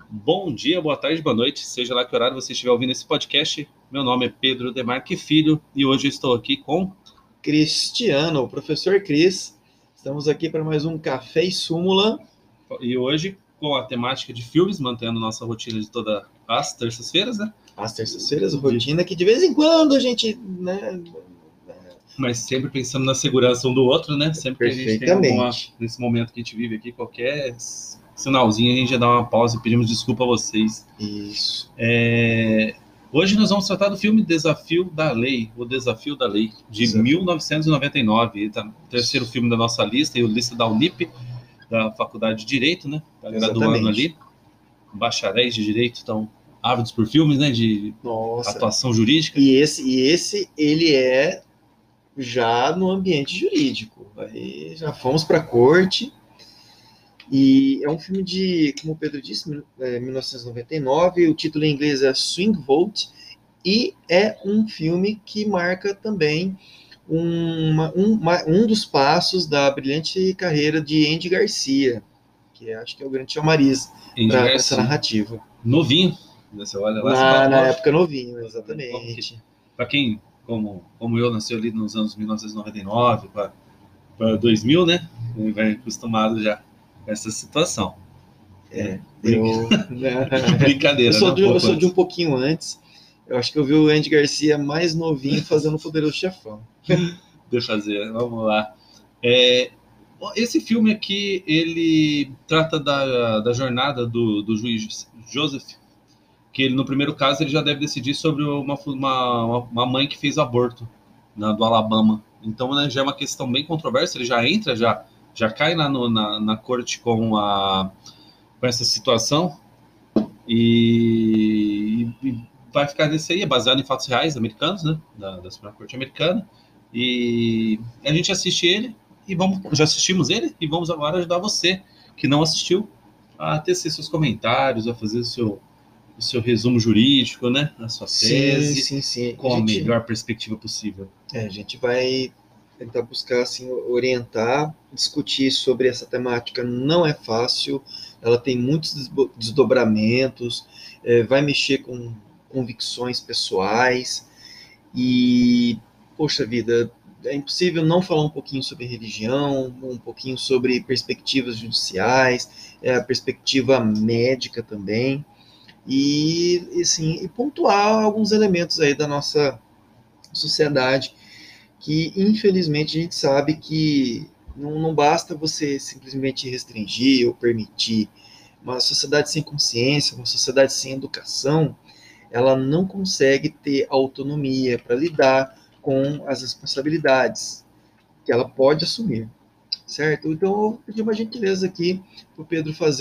Bom dia, boa tarde, boa noite, seja lá que horário você estiver ouvindo esse podcast. Meu nome é Pedro Demarque Filho e hoje estou aqui com Cristiano, o professor Cris. Estamos aqui para mais um Café e Súmula. E hoje com a temática de filmes, mantendo nossa rotina de todas as terças-feiras, né? Às terças-feiras, rotina que de vez em quando a gente, né? Mas sempre pensando na segurança um do outro, né? Sempre que a gente tem nesse momento que a gente vive aqui, qualquer sinalzinho, a gente já dá uma pausa e pedimos desculpa a vocês. Isso. Hoje nós vamos tratar do filme Desafio da Lei, O Desafio da Lei, de 1999. Tá, o terceiro filme da nossa lista, e o lista da Unip, da Faculdade de Direito, né? Tá graduando ali. Bacharéis de Direito estão ávidos por filmes, né? De atuação jurídica. E esse ele é já no ambiente jurídico. Aí já fomos para a corte. E é um filme de, como o Pedro disse, 1999. O título em inglês é Swing Vote. E é um filme que marca também um dos passos da brilhante carreira de Andy Garcia, que acho que é o grande chamariz para essa narrativa. Novinho, você olha lá. Na época novinho, exatamente. Para quem, como eu, nasceu ali nos anos 1999 para 2000, né? Ele vai acostumado já com essa situação. Brincadeira. Eu sou de um pouquinho antes. Eu acho que eu vi o Andy Garcia mais novinho fazendo o Poderoso Chefão. Deixa eu fazer, vamos lá. Esse filme aqui, ele trata da jornada do juiz Joseph, que ele, no primeiro caso, ele já deve decidir sobre uma mãe que fez aborto do Alabama. Então, né, já é uma questão bem controversa, ele já entra, já cai na corte com essa situação e vai ficar nesse aí, é baseado em fatos reais americanos, né, da Suprema Corte americana, e a gente assiste ele, já assistimos ele, e vamos agora ajudar você, que não assistiu, a tecer seus comentários, a fazer o seu resumo jurídico, né, a sua tese, sim. com a melhor perspectiva possível. A gente vai tentar buscar, assim, orientar, discutir sobre essa temática. Não é fácil, ela tem muitos desdobramentos, vai mexer com convicções pessoais e, poxa vida, é impossível não falar um pouquinho sobre religião, um pouquinho sobre perspectivas judiciais, a perspectiva médica também, e pontuar alguns elementos aí da nossa sociedade que, infelizmente, a gente sabe que não basta você simplesmente restringir ou permitir. Uma sociedade sem consciência, uma sociedade sem educação, ela não consegue ter autonomia para lidar com as responsabilidades que ela pode assumir, certo? Então, eu pedi uma gentileza aqui para o Pedro fazer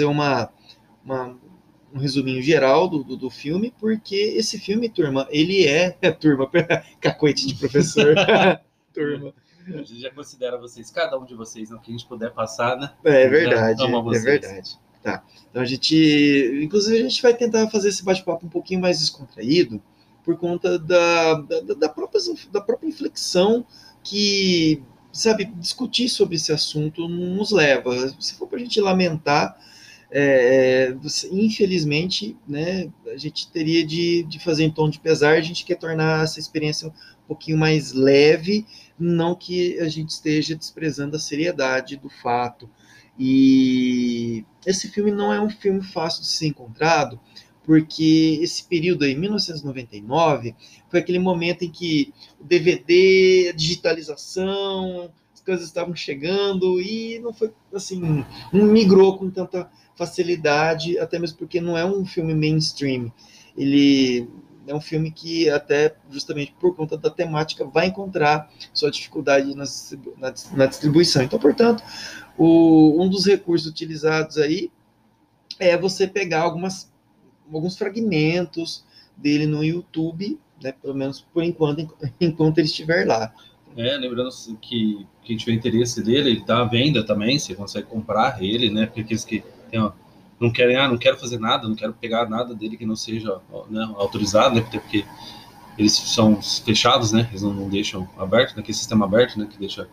um resuminho geral do filme, porque esse filme, turma, ele turma, cacoete de professor, turma. A gente já considera vocês, cada um de vocês, no que a gente puder passar, né? É verdade, é verdade. Tá. Então inclusive a gente vai tentar fazer esse bate-papo um pouquinho mais descontraído, por conta da própria inflexão que, sabe, discutir sobre esse assunto nos leva. Se for para a gente lamentar, infelizmente, né, a gente teria de fazer em tom de pesar. A gente quer tornar essa experiência um pouquinho mais leve, não que a gente esteja desprezando a seriedade do fato. E esse filme não é um filme fácil de ser encontrado, porque esse período aí, 1999, foi aquele momento em que o DVD, a digitalização, as coisas estavam chegando e não foi assim, não migrou com tanta facilidade, até mesmo porque não é um filme mainstream. Ele é um filme que, até justamente por conta da temática, vai encontrar sua dificuldade na distribuição. Então, portanto, um dos recursos utilizados aí é você pegar alguns fragmentos dele no YouTube, né, pelo menos por enquanto ele estiver lá. Lembrando que quem tiver interesse dele, ele está à venda também, você consegue comprar ele, né? Porque aqueles que não querem, não quero fazer nada, não quero pegar nada dele que não seja, né, autorizado, né? Porque eles são fechados, né? Eles não deixam aberto, naquele sistema aberto, né? Que deixa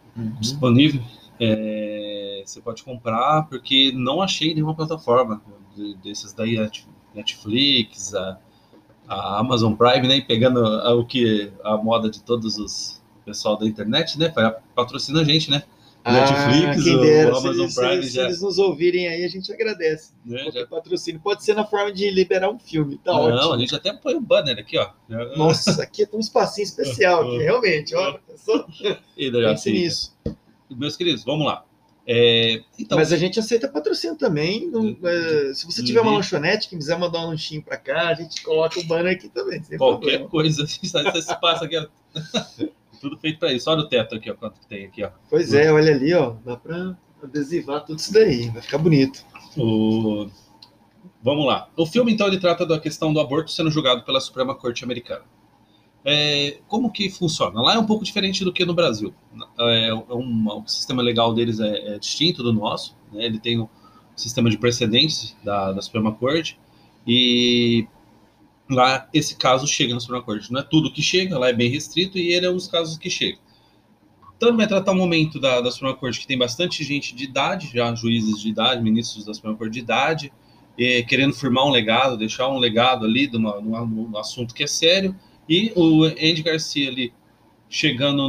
disponível. Você pode comprar, porque não achei nenhuma plataforma. desses daí, Netflix, a Amazon Prime, né, pegando a moda de todos os pessoal da internet, né, patrocina a gente, né? Netflix, quem dera, o Amazon Prime se eles nos ouvirem aí, a gente agradece. Né, Qualquer patrocínio. Pode ser na forma de liberar um filme, tá não, ótimo. a gente até põe um banner aqui, ó. Nossa, aqui tem um espacinho especial, aqui, realmente, ó. Pense nisso. Meus queridos, vamos lá. Então, mas a gente aceita patrocínio também. Se você tiver uma lanchonete que quiser mandar um lanchinho para cá, a gente coloca o banner aqui também. Qualquer coisa, você passa aqui, ó. Tudo feito para isso. Olha o teto aqui, ó, quanto que tem aqui, ó. Pois é, olha ali, ó. Dá para adesivar tudo isso daí. Vai ficar bonito. Vamos lá. O filme, então, ele trata da questão do aborto sendo julgado pela Suprema Corte Americana. Como que funciona? Lá é um pouco diferente do que no Brasil. O sistema legal deles é distinto do nosso, né? Ele tem um sistema de precedentes da Suprema Corte, e lá esse caso chega na Suprema Corte. Não é tudo que chega, lá é bem restrito, e ele é um dos casos que chega. Então vai tratar um momento da Suprema Corte que tem bastante gente de idade, já juízes de idade, ministros da Suprema Corte de idade, querendo firmar um legado, deixar um legado ali num assunto que é sério. E o Andy Garcia ali chegando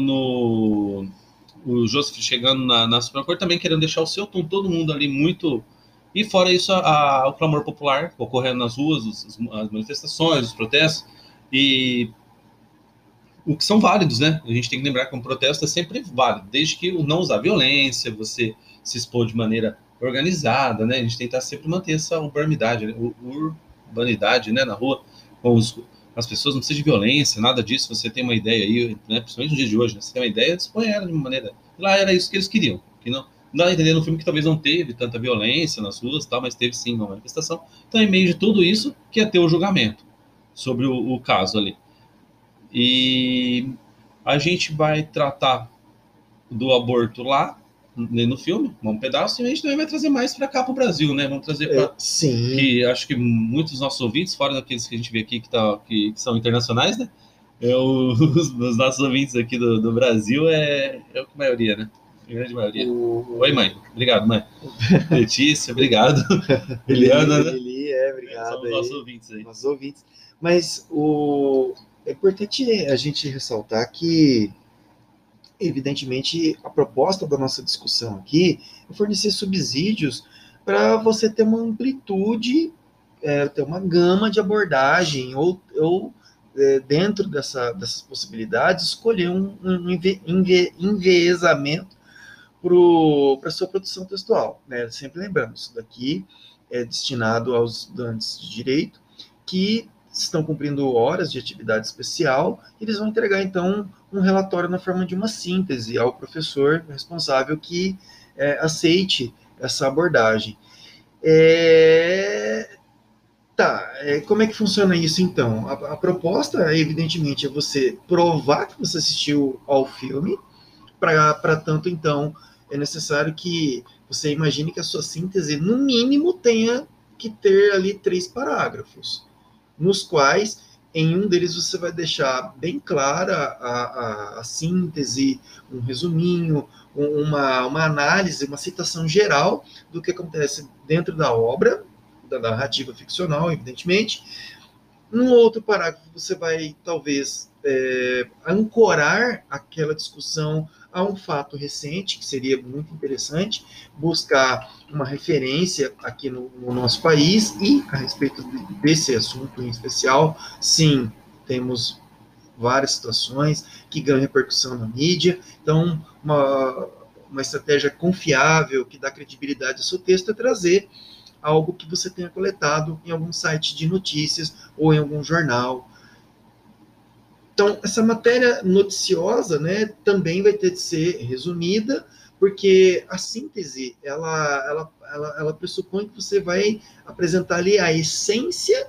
o Joseph chegando na Suprema Corte também querendo deixar o seu tom, todo mundo ali muito. E fora isso, o clamor popular ocorrendo nas ruas, as manifestações, os protestos, e o que são válidos, né? A gente tem que lembrar que um protesto é sempre válido, desde que não usar violência, você se expor de maneira organizada, né? A gente tenta sempre manter essa urbanidade, né, na rua, com as pessoas, não precisa de violência, nada disso. Você tem uma ideia aí, né, principalmente no dia de hoje, né, você tem uma ideia, dispõe ela de uma maneira. Lá era isso que eles queriam. Que não dá a entender no filme que talvez não teve tanta violência nas ruas, tal, mas teve sim uma manifestação. Então, em meio de tudo isso, que ia ter o julgamento sobre o caso ali. E a gente vai tratar do aborto lá no filme, um pedaço, e a gente também vai trazer mais para cá, para o Brasil, né? Vamos trazer para. Sim. Que acho que muitos dos nossos ouvintes, fora daqueles que a gente vê aqui que são internacionais, né? Os nossos ouvintes aqui do Brasil é a maioria, né? A grande maioria. Oi, mãe. Obrigado, mãe. Letícia, obrigado. Eliana, né? Obrigado. São os nossos ouvintes aí. Nossos ouvintes. Mas é importante a gente ressaltar que, evidentemente, a proposta da nossa discussão aqui é fornecer subsídios para você ter uma amplitude, ter uma gama de abordagem, ou dentro dessas possibilidades, escolher um enviesamento para a sua produção textual, né? Sempre lembrando, isso daqui é destinado aos estudantes de direito que estão cumprindo horas de atividade especial, e eles vão entregar, então, um relatório na forma de uma síntese ao professor responsável que aceite essa abordagem. Como é que funciona isso, então? A proposta, evidentemente, é você provar que você assistiu ao filme, para tanto, então, é necessário que você imagine que a sua síntese, no mínimo, tenha que ter ali 3 parágrafos, nos quais, em um deles, você vai deixar bem clara a síntese, um resuminho, uma análise, uma citação geral do que acontece dentro da obra, da narrativa ficcional, evidentemente. Num outro parágrafo, você vai, talvez, ancorar aquela discussão a um fato recente, que seria muito interessante, buscar uma referência aqui no nosso país, e a respeito desse assunto em especial, sim, temos várias situações que ganham repercussão na mídia. Então, uma estratégia confiável, que dá credibilidade ao seu texto, é trazer algo que você tenha coletado em algum site de notícias ou em algum jornal. Então, essa matéria noticiosa, né, também vai ter de ser resumida, porque a síntese, ela pressupõe que você vai apresentar ali a essência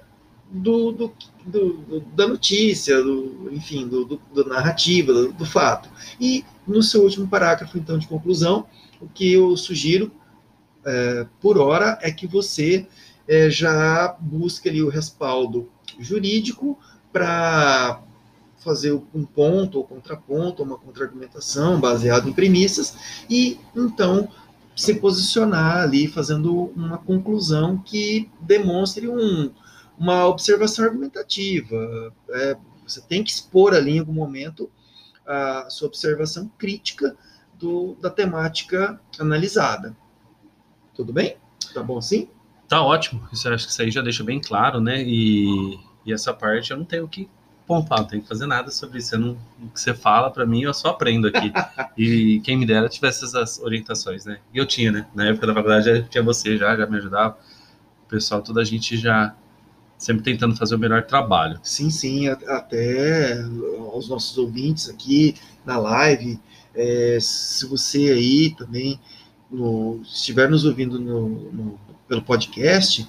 da notícia, enfim, do narrativa, do fato. E no seu último parágrafo, então, de conclusão, o que eu sugiro, por hora, é que você já busque ali o respaldo jurídico para fazer um ponto ou contraponto, uma contra-argumentação baseado em premissas, e então se posicionar ali, fazendo uma conclusão que demonstre uma observação argumentativa. Você tem que expor ali em algum momento a sua observação crítica da temática analisada. Tudo bem? Tá bom assim? Tá ótimo. Acho que isso aí já deixa bem claro, né? E essa parte eu não tenho que pontuar, não tenho que fazer nada sobre isso. O que você fala para mim, eu só aprendo aqui. E quem me dera tivesse essas orientações, né? E eu tinha, né? Na época da faculdade já tinha você, já me ajudava. O pessoal, toda a gente já sempre tentando fazer o melhor trabalho. Sim, sim, até aos nossos ouvintes aqui na live, se você aí também estiver nos ouvindo pelo podcast,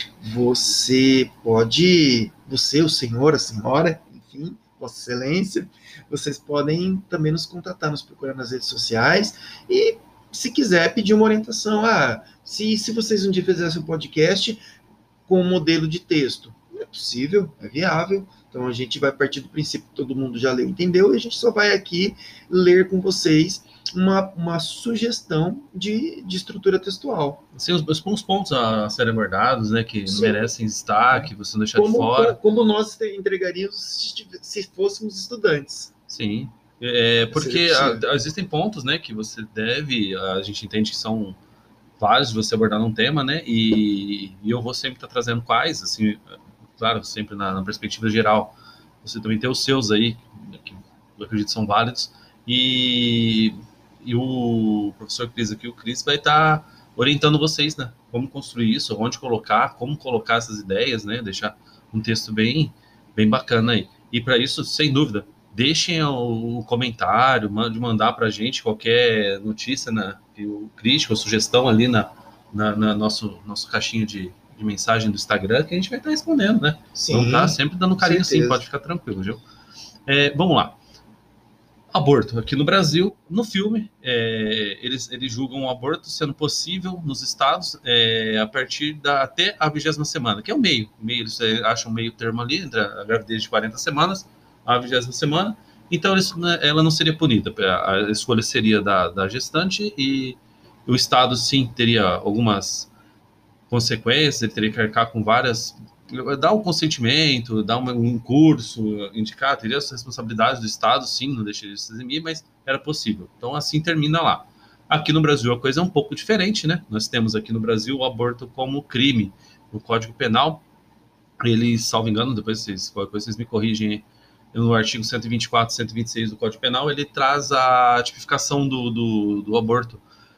você, o senhor, a senhora, enfim, Vossa Excelência, vocês podem também nos contatar, nos procurar nas redes sociais e, se quiser, pedir uma orientação. Se vocês um dia fizessem um podcast com um modelo de texto, é possível, é viável. Então a gente vai partir do princípio que todo mundo já leu e entendeu, e a gente só vai aqui ler com vocês uma sugestão de estrutura textual. Sim, os pontos a serem abordados, né, que merecem destaque, você não deixar de fora. Como nós entregaríamos se fôssemos estudantes. Sim, porque existem pontos, né, que você deve, a gente entende que são vários de você abordar num tema, né, e eu vou sempre estar trazendo quais, assim, claro, sempre na perspectiva geral. Você também tem os seus aí, que eu acredito são válidos, e o professor Cris aqui, o Cris, vai estar orientando vocês, né? Como construir isso, onde colocar, como colocar essas ideias, né? Deixar um texto bem bacana aí. E para isso, sem dúvida, deixem o comentário, de mandar para a gente qualquer notícia, né? Crítica ou sugestão ali na nosso caixinha de mensagem do Instagram, que a gente vai estar respondendo, né? Sim, então tá sempre dando carinho, sim, pode ficar tranquilo, viu? Vamos lá. Aborto. Aqui no Brasil, no filme, eles julgam o aborto sendo possível nos estados a partir até a 20ª semana, que é o meio. Eles acham um meio termo ali, entre a gravidez de 40 semanas a 20ª semana. Então, ela não seria punida. A escolha seria da gestante e o estado, sim, teria algumas consequências, ele teria que arcar com várias... dar um consentimento, dar um curso, indicar, teria as responsabilidades do Estado, sim, não deixaria de se eximir, mas era possível. Então, assim termina lá. Aqui no Brasil, a coisa é um pouco diferente, né? Nós temos aqui no Brasil o aborto como crime. No Código Penal, ele, salvo engano, depois vocês me corrigem, no artigo 124, 126 do Código Penal, ele traz a tipificação do aborto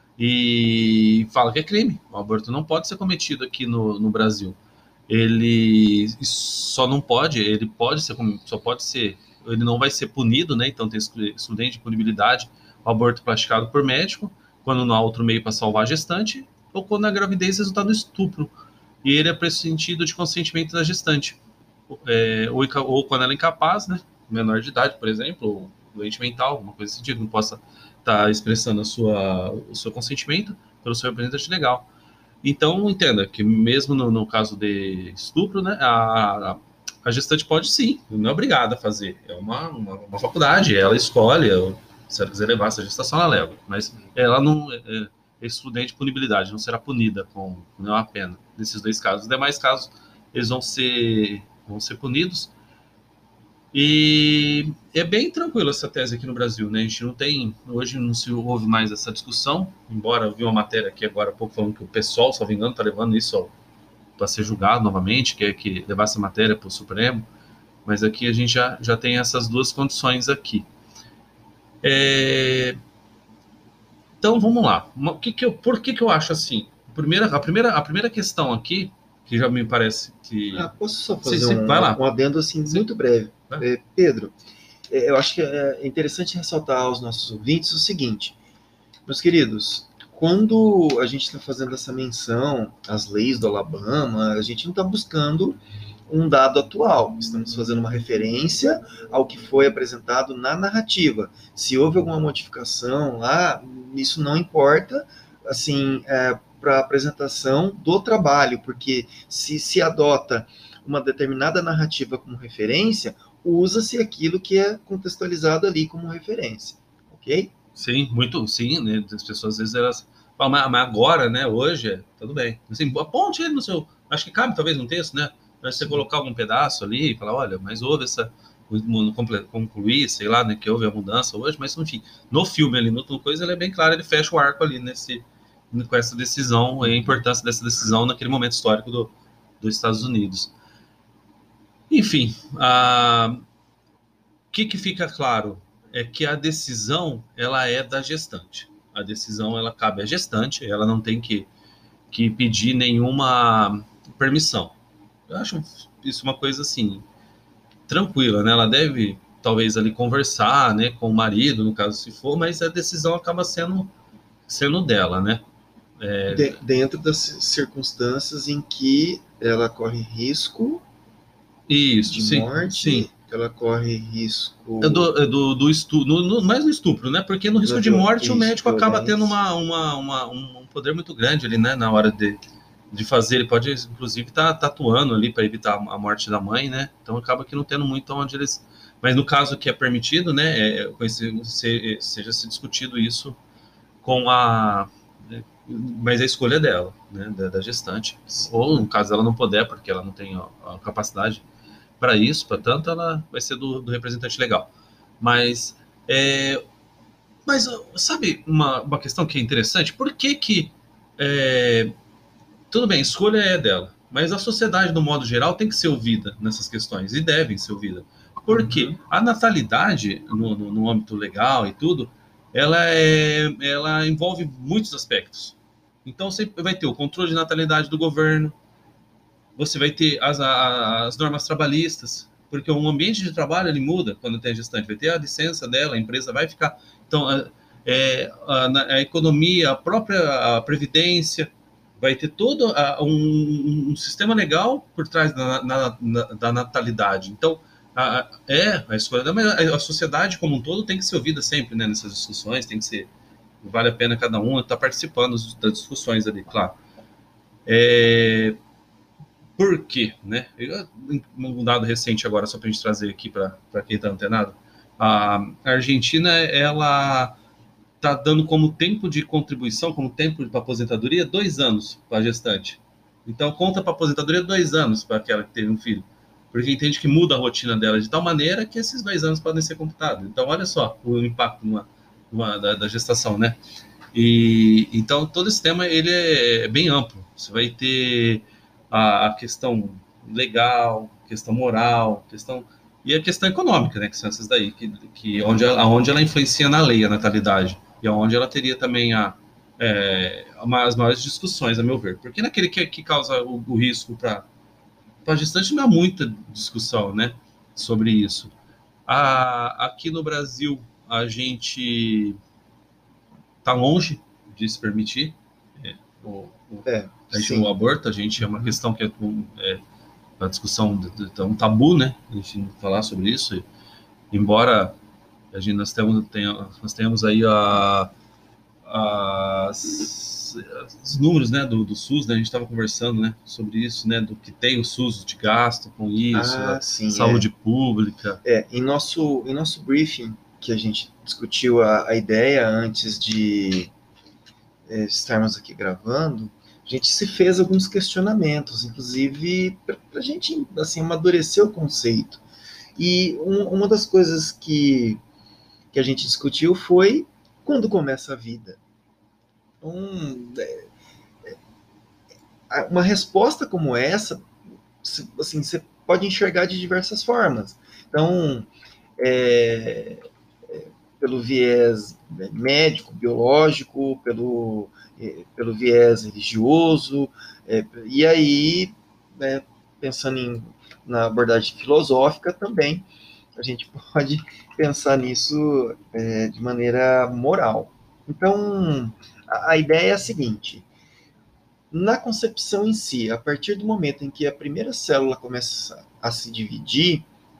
e fala que é crime. O aborto não pode ser cometido aqui no Brasil. Ele só não pode, ele não vai ser punido, né? Então tem excludente de punibilidade o aborto praticado por médico, quando não há outro meio para salvar a gestante, ou quando a gravidez resulta no estupro, e ele é pressentido de consentimento da gestante, ou quando ela é incapaz, né? Menor de idade, por exemplo, ou doente mental, alguma coisa desse tipo, não possa estar expressando o seu consentimento pelo seu representante legal. Então, entenda que mesmo no caso de estupro, né, a gestante pode sim, não é obrigada a fazer. É uma faculdade, ela escolhe, se ela quiser levar essa gestação, ela leva. Mas ela não é excludente de punibilidade, não será punida com nenhuma pena nesses dois casos. Os demais casos, eles vão ser punidos. E é bem tranquilo essa tese aqui no Brasil, né? A gente não tem, hoje não se ouve mais essa discussão, embora eu vi uma matéria aqui agora há pouco falando que o pessoal, se não me engano, está levando isso para ser julgado novamente, quer que levar essa matéria para o Supremo, mas aqui a gente já tem essas duas condições aqui. Então vamos lá. Por que eu acho assim? A primeira questão aqui, que já me parece que... posso só fazer um adendo assim, muito breve? Pedro, eu acho que é interessante ressaltar aos nossos ouvintes o seguinte, meus queridos, quando a gente está fazendo essa menção às leis do Alabama, a gente não está buscando um dado atual, estamos fazendo uma referência ao que foi apresentado na narrativa. Se houve alguma modificação lá, isso não importa, assim, para a apresentação do trabalho, porque se adota uma determinada narrativa como referência, usa-se aquilo que é contextualizado ali como referência, ok? Sim, muito, sim, né? As pessoas às vezes elas Mas agora, né, hoje, tudo bem. Assim, aponte ele no seu... Acho que cabe, talvez, um texto, né? Para você colocar algum pedaço ali e falar, olha, mas houve essa... concluir, sei lá, né, que houve a mudança hoje, mas, enfim, no filme ali, no coisa, ele é bem claro, ele fecha o arco ali com essa decisão, a importância dessa decisão naquele momento histórico dos Estados Unidos. Enfim, o que fica claro é que a decisão, ela é da gestante. A decisão, ela cabe à gestante, ela não tem que pedir nenhuma permissão. Eu acho isso uma coisa assim, tranquila, né? Ela deve, talvez, ali conversar, né, com o marido, no caso, se for, mas a decisão acaba sendo dela, né? Dentro das circunstâncias em que ela corre risco Isso, de sim, sim. morte, ela corre risco Do estupro, mais no estupro, né? Porque no risco de morte o médico acaba tendo violência. um poder muito grande ali, né? Na hora de fazer, ele pode inclusive estar tatuando ali para evitar a morte da mãe, né? Então acaba que não tendo muito onde eles. Mas no caso que é permitido, né? Seja se discutido isso com a. Mas a escolha é dela, né? Da gestante. Ou no caso ela não puder, porque ela não tem a capacidade para isso, para tanto, ela vai ser do representante legal. Mas, é, mas sabe uma questão que é interessante? Por que tudo bem, a escolha é dela, mas a sociedade, no modo geral, tem que ser ouvida nessas questões, e devem ser ouvidas. Porque a natalidade, no âmbito legal e tudo, ela envolve muitos aspectos. Então, você vai ter o controle de natalidade do governo, você vai ter as normas trabalhistas, porque o ambiente de trabalho ele muda quando tem a gestante, vai ter a licença dela, a empresa vai ficar. Então, a economia, a própria previdência, vai ter todo um sistema legal por trás da natalidade. Então, a escolha a sociedade como um todo tem que ser ouvida sempre, né, nessas discussões, tem que ser, vale a pena cada um estar participando das discussões ali, claro. Por quê, né? Um dado recente agora, só para a gente trazer aqui para quem está antenado, a Argentina, ela está dando como tempo de contribuição, como tempo para aposentadoria, 2 anos para a gestante. Então, conta para aposentadoria 2 anos para aquela que teve um filho. Porque entende que muda a rotina dela de tal maneira que esses 2 anos podem ser computados. Então, olha só o impacto da gestação, né? E então todo esse tema ele é bem amplo. Você vai ter a questão legal, questão moral, questão e a questão econômica, né? Que são essas daí que onde ela influencia na lei a natalidade e aonde ela teria também as maiores discussões, a meu ver, porque naquele que causa o risco para a gestante não há muita discussão, né? Sobre isso. Aqui no Brasil a gente está longe de se permitir o, o aborto. A gente é uma questão que é uma discussão, é um tabu, né? A gente não falar sobre isso. Embora nós temos aí os números, né, do SUS, né? A gente estava conversando, né, sobre isso, né, do que tem o SUS de gasto com isso, Sim, saúde pública. Em nosso briefing, que a gente discutiu a ideia antes de estarmos aqui gravando, a gente se fez alguns questionamentos, inclusive para a gente assim, amadurecer o conceito. E uma das coisas que a gente discutiu foi quando começa a vida. Uma resposta como essa, assim, você pode enxergar de diversas formas. Então, pelo viés médico, biológico, pelo viés religioso, e aí, pensando na abordagem filosófica também, a gente pode pensar nisso de maneira moral. Então, a ideia é a seguinte: na concepção em si, a partir do momento em que a primeira célula começa a se dividir,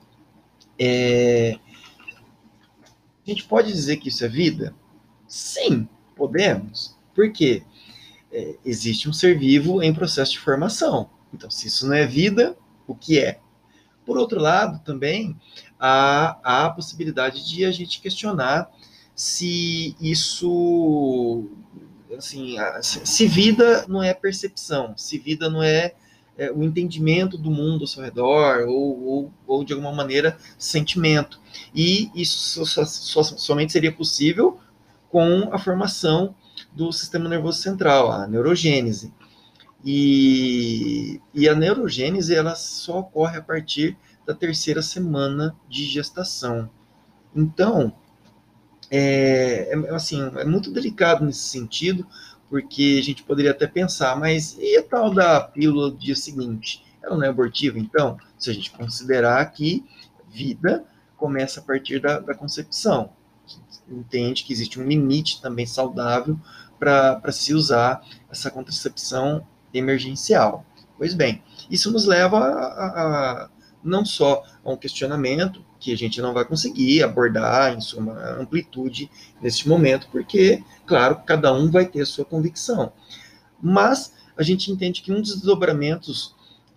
a gente pode dizer que isso é vida? Sim, podemos. Por quê? Existe um ser vivo em processo de formação. Então, se isso não é vida, o que é? Por outro lado, também há a possibilidade de a gente questionar se isso assim, se vida não é percepção, se vida não é, o entendimento do mundo ao seu redor, ou de alguma maneira, sentimento. E isso somente seria possível com a formação do sistema nervoso central, a neurogênese. E a neurogênese ela só ocorre a partir da terceira semana de gestação. Então, assim, é muito delicado nesse sentido, porque a gente poderia até pensar, mas e a tal da pílula do dia seguinte? Ela não é abortiva, então? Se a gente considerar que vida começa a partir da concepção. A gente entende que existe um limite também saudável para se usar essa contracepção emergencial. Pois bem, isso nos leva a não só a um questionamento que a gente não vai conseguir abordar em sua amplitude neste momento, porque, claro, cada um vai ter a sua convicção. Mas a gente entende que um dos desdobramentos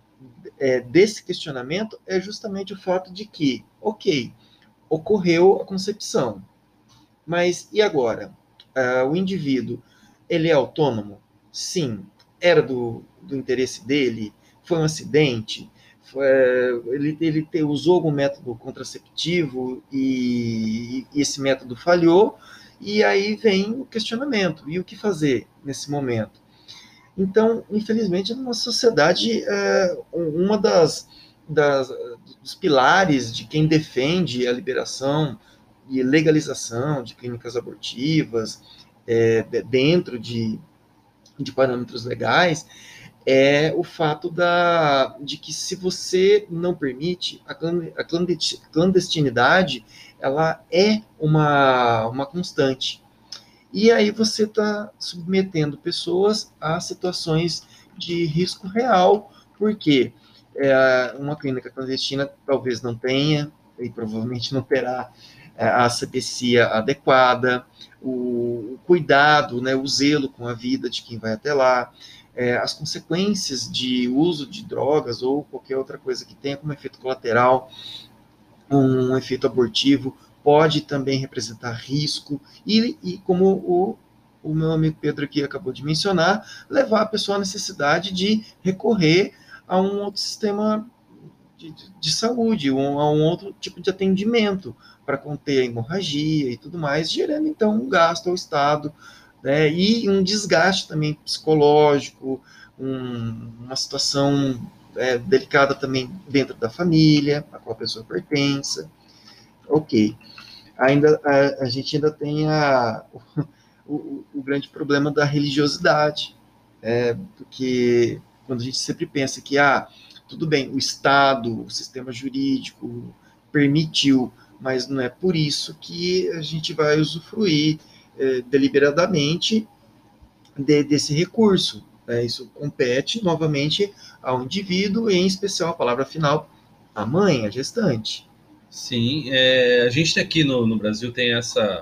desse questionamento é justamente o fato de que, ok, ocorreu a concepção, mas e agora? O indivíduo, ele é autônomo? Sim. Era do interesse dele? Foi um acidente? Ele usou algum método contraceptivo e esse método falhou, e aí vem o questionamento. E o que fazer nesse momento? Então, infelizmente, na nossa sociedade, uma dos pilares de quem defende a liberação e legalização de clínicas abortivas dentro de parâmetros legais é o fato de que se você não permite, a clandestinidade ela é uma constante. E aí você está submetendo pessoas a situações de risco real, porque uma clínica clandestina talvez não tenha, e provavelmente não terá, a asepsia adequada, o cuidado, né, o zelo com a vida de quem vai até lá, as consequências de uso de drogas ou qualquer outra coisa que tenha como efeito colateral um efeito abortivo pode também representar risco e como o meu amigo Pedro aqui acabou de mencionar, levar a pessoa à necessidade de recorrer a um outro sistema de saúde, a um outro tipo de atendimento para conter a hemorragia e tudo mais, gerando então um gasto ao Estado, né, e um desgaste também psicológico, uma situação delicada também dentro da família, a qual a pessoa pertença. Ok. A gente ainda tem o grande problema da religiosidade, porque quando a gente sempre pensa que, tudo bem, o Estado, o sistema jurídico permitiu, mas não é por isso que a gente vai usufruir deliberadamente desse recurso. Isso compete, novamente, ao indivíduo, e em especial, a palavra final, a mãe, a gestante. Sim, a gente aqui no Brasil tem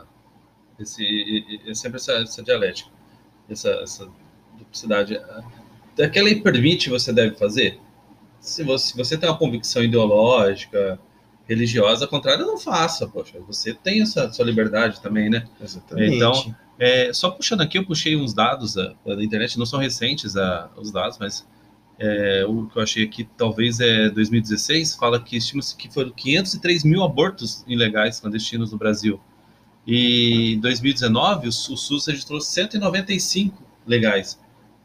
sempre essa dialética, essa duplicidade. Aquela lei permite, você deve fazer. Se você tem uma convicção ideológica, religiosa, contrária, não faça, poxa. Você tem essa sua liberdade também, né? Exatamente. Então, só puxando aqui, eu puxei uns dados da internet, não são recentes os dados, mas o que eu achei aqui, talvez 2016, fala que estima-se que foram 503 mil abortos ilegais clandestinos no Brasil. E em 2019, o SUS registrou 195 legais.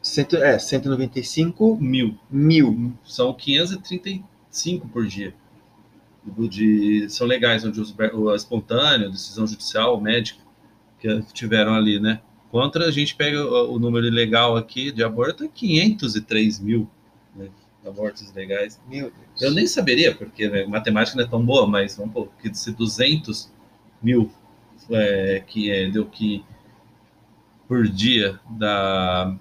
195 mil. São 535 por dia. São legais, onde o espontâneo, decisão judicial, médica, que tiveram ali, né? Contra, a gente pega o número ilegal aqui de aborto, é 503 mil, né, abortos ilegais. Meu Deus. Eu nem saberia, porque matemática não é tão boa, mas vamos pôr que se 200 mil deu que por dia dá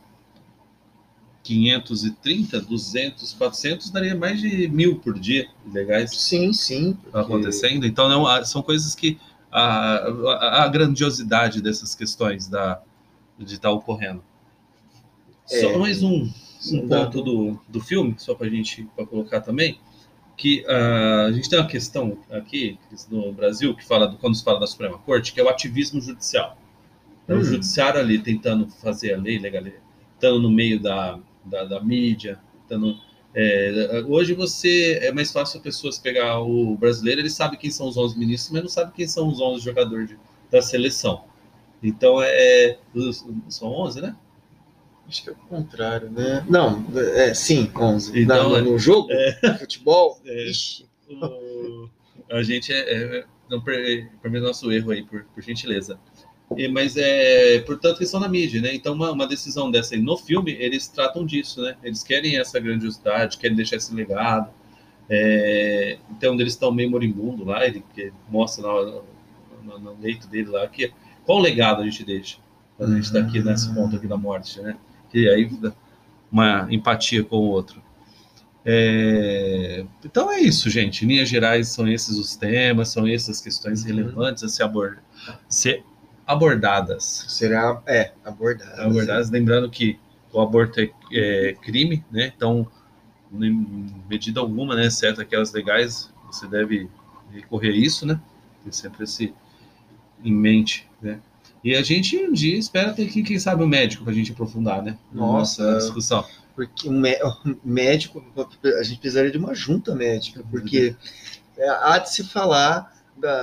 530, 200, 400, daria mais de 1.000 por dia ilegais. Sim. Acontecendo. Então, não, são coisas que a grandiosidade dessas questões de estar ocorrendo. Só mais um ponto do filme, só para a gente colocar também, que a gente tem uma questão aqui no Brasil que quando se fala da Suprema Corte, que é o ativismo judicial. É o judiciário ali tentando fazer a lei, estando no meio da mídia, hoje é mais fácil as pessoas pegar o brasileiro, ele sabe quem são os 11 ministros, mas não sabe quem são os 11 jogadores da seleção. Então, são 11, né? Acho que é o contrário, né? Não, sim, 11. Então, no jogo, futebol, ixi. A gente não permite nosso erro aí, por gentileza. Mas, portanto, eles estão na mídia, né? Então, uma decisão dessa aí no filme, eles tratam disso, né? Eles querem essa grandiosidade, querem deixar esse legado. Então, eles estão meio moribundo lá, ele mostra no leito dele lá, qual legado a gente deixa quando a gente está aqui nesse ponto aqui da morte, né? E aí, uma empatia com o outro. Então é isso, gente. Em linhas gerais, são esses os temas, são essas questões relevantes a ser abordadas. Será abordadas. Lembrando que o aborto é crime, né? Então, em medida alguma, né, exceto aquelas legais, você deve recorrer a isso, né? Ter sempre esse em mente, né? E a gente um dia espera ter aqui, quem sabe, um médico para a gente aprofundar, né? Nossa discussão. Porque o médico, a gente precisaria de uma junta médica, porque há de se falar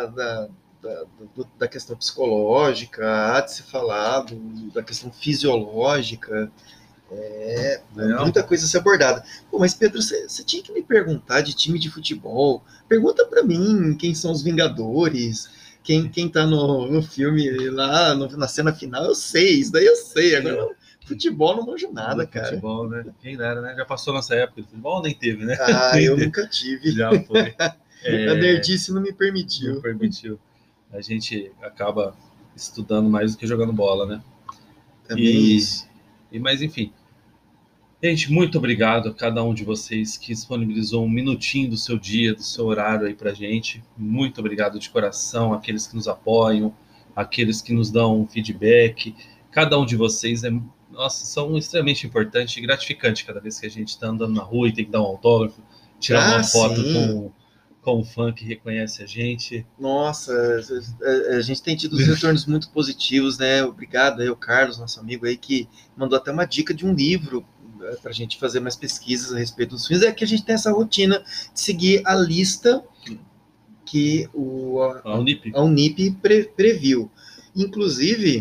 da questão psicológica, há de se falar da questão fisiológica, muita coisa a ser abordada. Pô, mas Pedro, você tinha que me perguntar de time de futebol, pergunta para mim quem são os Vingadores, quem tá no filme lá, na cena final, eu sei, isso daí eu sei, agora futebol não manjo nada, cara. Futebol, né? Quem dera, né? Já passou nossa época de futebol, nem teve, né? Eu nunca tive. Já foi. A nerdice não me permitiu. Não permitiu. A gente acaba estudando mais do que jogando bola, né? Também isso. Mas, enfim. Gente, muito obrigado a cada um de vocês que disponibilizou um minutinho do seu dia, do seu horário aí pra gente. Muito obrigado de coração, aqueles que nos apoiam, aqueles que nos dão feedback. Cada um de vocês são extremamente importantes e gratificantes cada vez que a gente está andando na rua e tem que dar um autógrafo, tirar uma foto com um fã que reconhece a gente. Nossa, a gente tem tido retornos muito positivos, né? Obrigado aí, o Carlos, nosso amigo aí, que mandou até uma dica de um livro para a gente fazer mais pesquisas a respeito dos filmes. É que a gente tem essa rotina de seguir a lista que a Unip previu. Inclusive,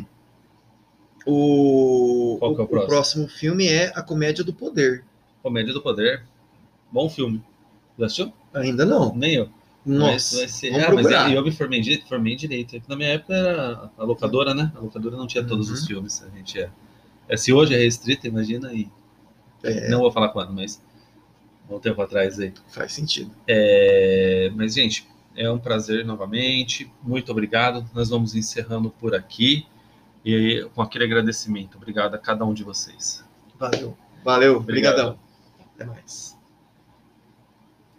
o próximo filme é A Comédia do Poder. Comédia do Poder. Bom filme. Já assistiu? Ainda não. Nem eu. Nossa, vai ser... mas eu me formei direito. Na minha época era a locadora, né? A locadora não tinha todos os filmes. A gente se hoje é restrita, imagina. Não vou falar quando, mas um tempo atrás aí. Faz sentido. Mas, gente, é um prazer novamente. Muito obrigado. Nós vamos encerrando por aqui. E com aquele agradecimento. Obrigado a cada um de vocês. Valeu. Obrigadão. Até mais.